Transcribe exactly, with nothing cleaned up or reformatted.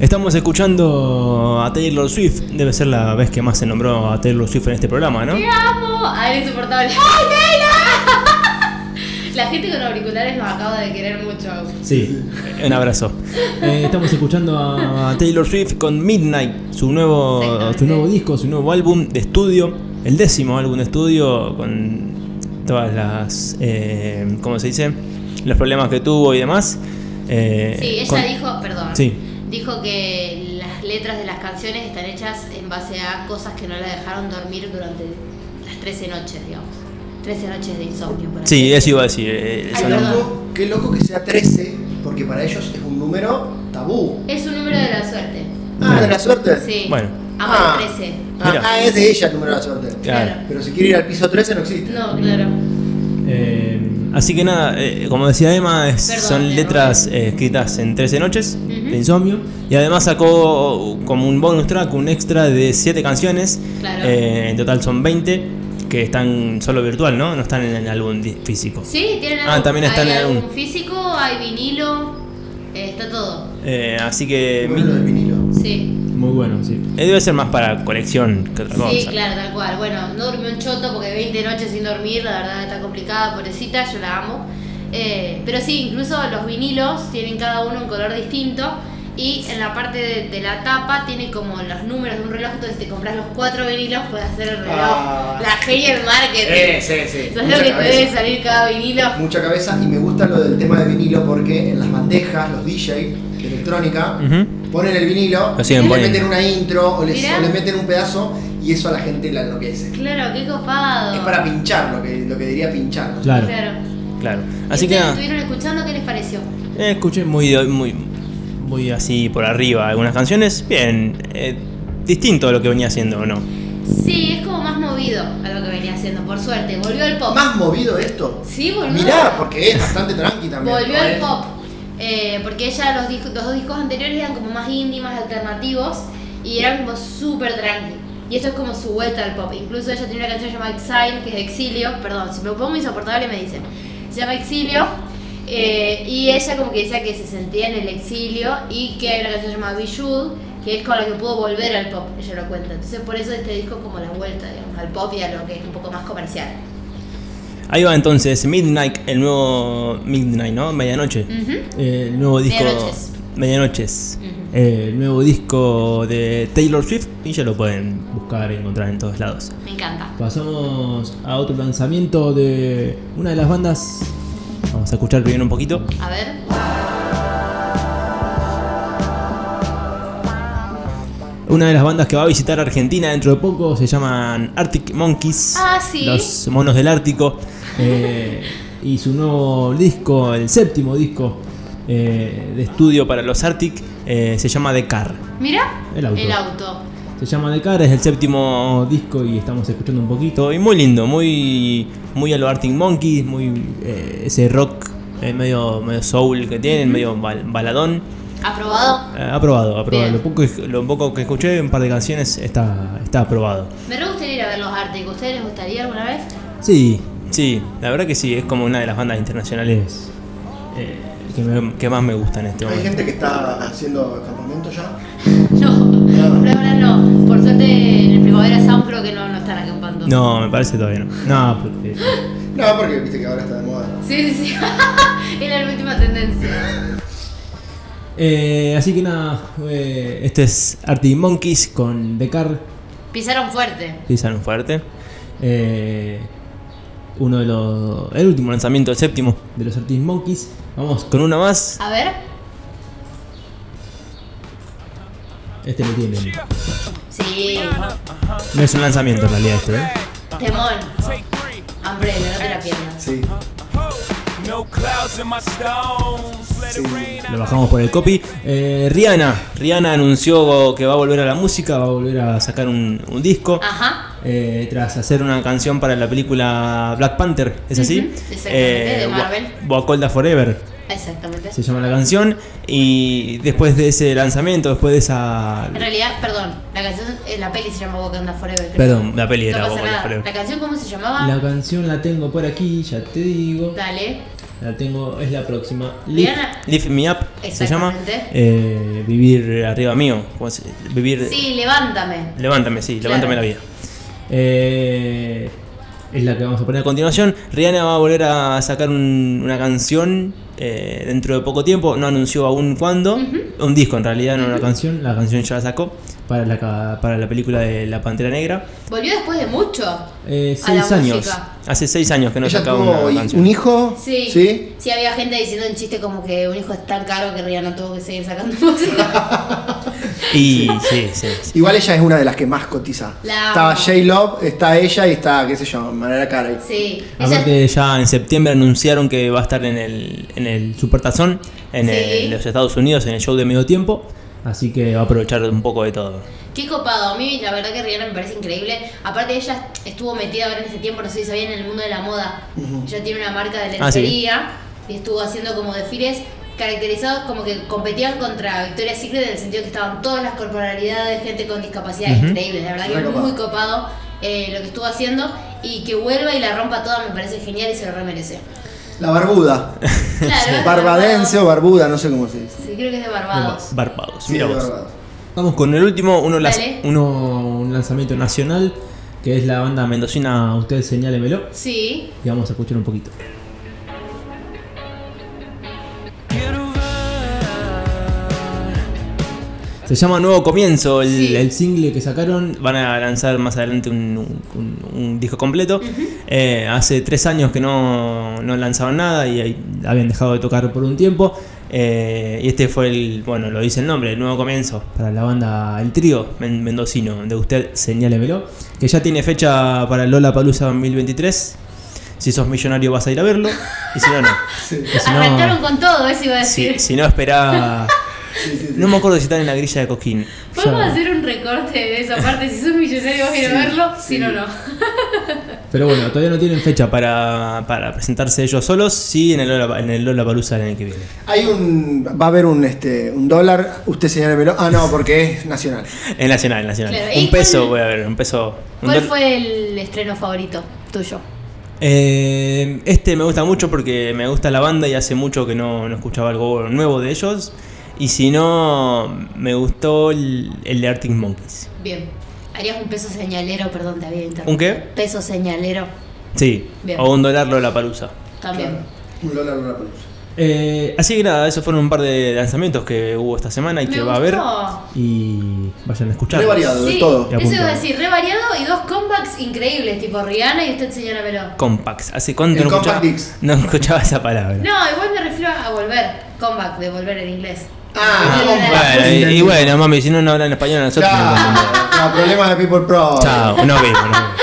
Estamos escuchando a Taylor Swift. Debe ser la vez que más se nombró a Taylor Swift en este programa, ¿no? ¡Te amo! ¡Ay, es insoportable! ¡Ay, Taylor! La gente con auriculares nos acaba de querer mucho. Sí, un abrazo. Eh, estamos escuchando a Taylor Swift con Midnight, su nuevo, su nuevo disco, su nuevo álbum de estudio, el décimo álbum de estudio, con todas las, eh, ¿cómo se dice? Los problemas que tuvo y demás. Eh, sí, ella con... dijo, perdón, sí. dijo que las letras de las canciones están hechas en base a cosas que no la dejaron dormir durante las trece noches, digamos. trece noches de insomnio. Por sí, así. Eso iba a decir. Eh, Ay, qué, loco, qué loco que sea trece, porque para ellos es un número tabú. Es un número de la suerte. Ah, ¿de la suerte? Sí. Bueno. Ama Ah. el trece. Ah, ah, es de ella el número de la suerte. Claro. Pero si quiere ir al piso trece no existe. No, claro. Eh, así que nada, eh, como decía Emma, es, Perdón, son Emma. letras eh, escritas en trece noches Ujú. de insomnio. Y además sacó como un bonus track, un extra de siete canciones. Claro. Eh, en total son veinte, que están solo virtual, ¿no? No están en el álbum di- físico. Sí, tienen Ah, algo. también está hay en el álbum álbum. físico, hay vinilo, eh, está todo. Eh, así que Bueno, lo del vinilo. Sí. muy bueno, sí. Eh, debe ser más para colección que otra cosa. Sí, claro, tal cual. Bueno, no durmió un choto porque veinte noches sin dormir, la verdad está complicada, pobrecita, yo la amo. Eh, pero sí, incluso los vinilos tienen cada uno un color distinto y en la parte de, de la tapa tiene como los números de un reloj, entonces si te compras los cuatro vinilos puedes hacer el reloj. Ah. La genia del marketing. Eh, sí, sí. ¿Sabes Mucha lo que te cabeza. debe salir cada vinilo? Mucha cabeza, y me gusta lo del tema de vinilo porque en las bandejas, los D J de electrónica Ujú. ponen el vinilo, Lo siguen le poniendo. meten una intro o, les- Mirá. o le meten un pedazo y eso a la gente la enloquece. Claro, qué copado. Es para pinchar, lo que, lo que diría pinchar. ¿no? Claro, Claro. claro. ¿Y Así que ustedes nada, estuvieron escuchando? ¿Qué les pareció? eh, escuché muy, muy, muy así por arriba algunas canciones. Bien, eh, distinto a lo que venía haciendo, ¿o no? Sí, es como más movido a lo que venía haciendo, por suerte. Volvió al pop. ¿Más movido esto? Sí, boludo. Mirá, porque es bastante tranqui también. Volvió ¿no? al Es- pop. Eh, porque ella los, discos, los dos discos anteriores eran como más indie, más alternativos y eran como súper tranqui. Y esto es como su vuelta al pop. Incluso ella tiene una canción llamada Exile, que es de exilio. Perdón, si me pongo insoportable me dicen. Se llama Exilio. Eh, y ella como que decía que se sentía en el exilio y que hay una canción llamada Be Should, que es con la que pudo volver al pop, ella lo cuenta. Entonces por eso este disco es como la vuelta, digamos, al pop y a lo que es un poco más comercial. Ahí va entonces Midnight, el nuevo Midnight, ¿no? Medianoche. Ujú. Eh, el nuevo disco. Medianoches. Medianoches. Ujú. Eh, el nuevo disco de Taylor Swift. Y ya lo pueden buscar y encontrar en todos lados. Me encanta. Pasamos a otro lanzamiento de una de las bandas. Vamos a escuchar primero un poquito. A ver. Una de las bandas que va a visitar Argentina dentro de poco se llaman Arctic Monkeys. Ah, sí. Los monos del Ártico. Eh, y su nuevo disco, el séptimo disco eh, de estudio para los Arctic, eh, se llama The Car. Mira. El auto. El auto. Se llama The Car, es el séptimo disco y estamos escuchando un poquito. Y muy lindo, muy, muy a lo Arctic Monkeys, muy eh, ese rock eh, medio, medio soul que tienen, medio bal- baladón. ¿Aprobado? Eh, aprobado, aprobado. Bien. Lo poco, lo poco que escuché, un par de canciones, está, está aprobado. Me re gustaría ir a ver los Arctic. ¿Ustedes les gustaría alguna vez? Sí, sí, la verdad que sí, es como una de las bandas internacionales eh, que, me- que más me gusta en este Hay momento. gente que está haciendo campamento ya. No, por ahora no. Por suerte en el Primavera Sound creo que no, no están acampando. No, me parece todavía no. No, porque No, porque viste que ahora está de moda. Sí, sí, sí. Es la última tendencia. Eh, así que nada, eh, este es Arctic Monkeys con The Car, Pisaron fuerte. pisaron fuerte. Eh, uno de los. El último lanzamiento, el séptimo de los Arctic Monkeys. Vamos con una más. A ver. Este lo tienen. Sí. No es un lanzamiento en realidad este, ¿eh? Temón. Umbrella, no te la pierdas. Sí. Sí. Lo bajamos por el copy. Eh, Rihanna. Rihanna anunció que va a volver a la música, va a volver a sacar un, un disco. Ajá. Eh, tras hacer una canción para la película Black Panther, ¿es así? Ujú, exactamente, de Marvel. Wa- Wakanda Forever Exactamente. se llama la canción. Y después de ese lanzamiento, después de esa. En realidad, perdón, la canción, eh, la peli se llama Wakanda Forever. creo. Perdón, la peli No era pasa Wakanda nada. Forever. ¿La canción cómo se llamaba? La canción la tengo por aquí, ya te digo. Dale. La tengo, es la próxima. Lift, Rihanna. Lift Me Up se llama. Exactamente. Eh, vivir arriba mío. ¿Cómo se- Vivir. Sí, levántame. Levántame, sí, Claro. levántame la vida. Eh, es la que vamos a poner a continuación. Rihanna va a volver a sacar un- una canción eh, dentro de poco tiempo. No anunció aún cuándo. Un disco en realidad, no una canción. La canción ya la sacó para la, ca- para la película de La Pantera Negra. Volvió después de mucho. Eh, A la seis años. música. Hace seis años que no Ella sacaba tuvo una hi- canción. un hijo. Sí. ¿Sí? Sí, había gente diciendo en chiste como que un hijo es tan caro que Rihanna tuvo que seguir sacando música. Y sí, sí, sí. Igual ella es una de las que más cotiza. La Estaba amo. J-Love, está ella y está, qué sé yo, Mariah Carey. Sí. Ella, Aparte ya en septiembre anunciaron que va a estar en el, en el Supertazón en, Sí. el- en los Estados Unidos en el show de medio tiempo. Así que va a aprovechar un poco de todo. qué copado. A mí la verdad que Rihanna me parece increíble. Aparte ella estuvo metida ahora en este tiempo, no sé si sabían, en el mundo de la moda. Ella tiene una marca de Ah, sí. lencería y estuvo haciendo como desfiles caracterizados como que competían contra Victoria's Secret en el sentido que estaban todas las corporalidades, gente con discapacidad Ujú. increíble. La verdad que Re es copado. muy copado eh, lo que estuvo haciendo y que vuelva y la rompa toda me parece genial y se lo remerece. La barbuda. Claro, es Barbadense o barbuda, no sé cómo se dice. Sí, creo que es de Barbados. Barbados, Sí, mira de vos. Barbados. Vamos con el último, uno, las- Dale. uno un lanzamiento nacional, que es la banda mendocina Usted Señálemelo. Sí. Y vamos a escuchar un poquito. Se llama Nuevo Comienzo, el, Sí. el single que sacaron. Van a lanzar más adelante un, un- un disco completo. Eh, hace tres años que no, no lanzaban nada y ahí habían dejado de tocar por un tiempo. Eh, y este fue el, bueno, lo dice el nombre, el Nuevo Comienzo para la banda, el trío men- mendocino de Usted Señálemelo, que ya tiene fecha para el Lollapalooza dos mil veintitrés. Si sos millonario vas a ir a verlo, y si no, no. Sí. Y si no- Arrancaron con todo, eso iba a decir. si, si no, esperá. Sí, sí, sí. No me acuerdo si están en la grilla de Coquín. Podemos Ya. hacer un recorte de esa parte. Si sos millonario vas a ir a Sí, verlo, sí. si no, no. Pero bueno, todavía no tienen fecha para, para presentarse ellos solos. Sí, en el Lola, en el Lollapalooza el año que viene. Hay un. Va a haber un este un dólar, usted señálemelo. Ah, no, porque es nacional. En Nacional, en Nacional. Claro, ¿y Un peso, cuál- voy a ver, un peso. un ¿Cuál dol- fue el estreno favorito tuyo? Eh, este me gusta mucho porque me gusta la banda y hace mucho que no, no escuchaba algo nuevo de ellos. Y si no, me gustó el, el de Arctic Monkeys. Bien. ¿Harías un peso señalero? Perdón, te había interrumpido. ¿Un qué? Peso señalero Sí, Bien. o un dólar Lollapalooza. también. Un dólar, una pelusa. Eh, así que nada, esos fueron un par de lanzamientos que hubo esta semana y Me que va a haber. gustó. Y vayan a escuchar. Re variado, de Sí, todo. Y eso iba a apuntado. decir, re variado y dos comebacks increíbles, tipo Rihanna y usted señálamelo. Compacts. ¿Hace cuánto El no escuchaba, Compact Disc. no escuchaba esa palabra? No, igual me refiero a volver. Comeback, de volver en inglés. Ah, Bueno, Bueno, y, y bueno, mami, si no, no hablan español nosotros no Claro, entendemos. no, problemas de People Pro. Chao, no vimos, no vimos.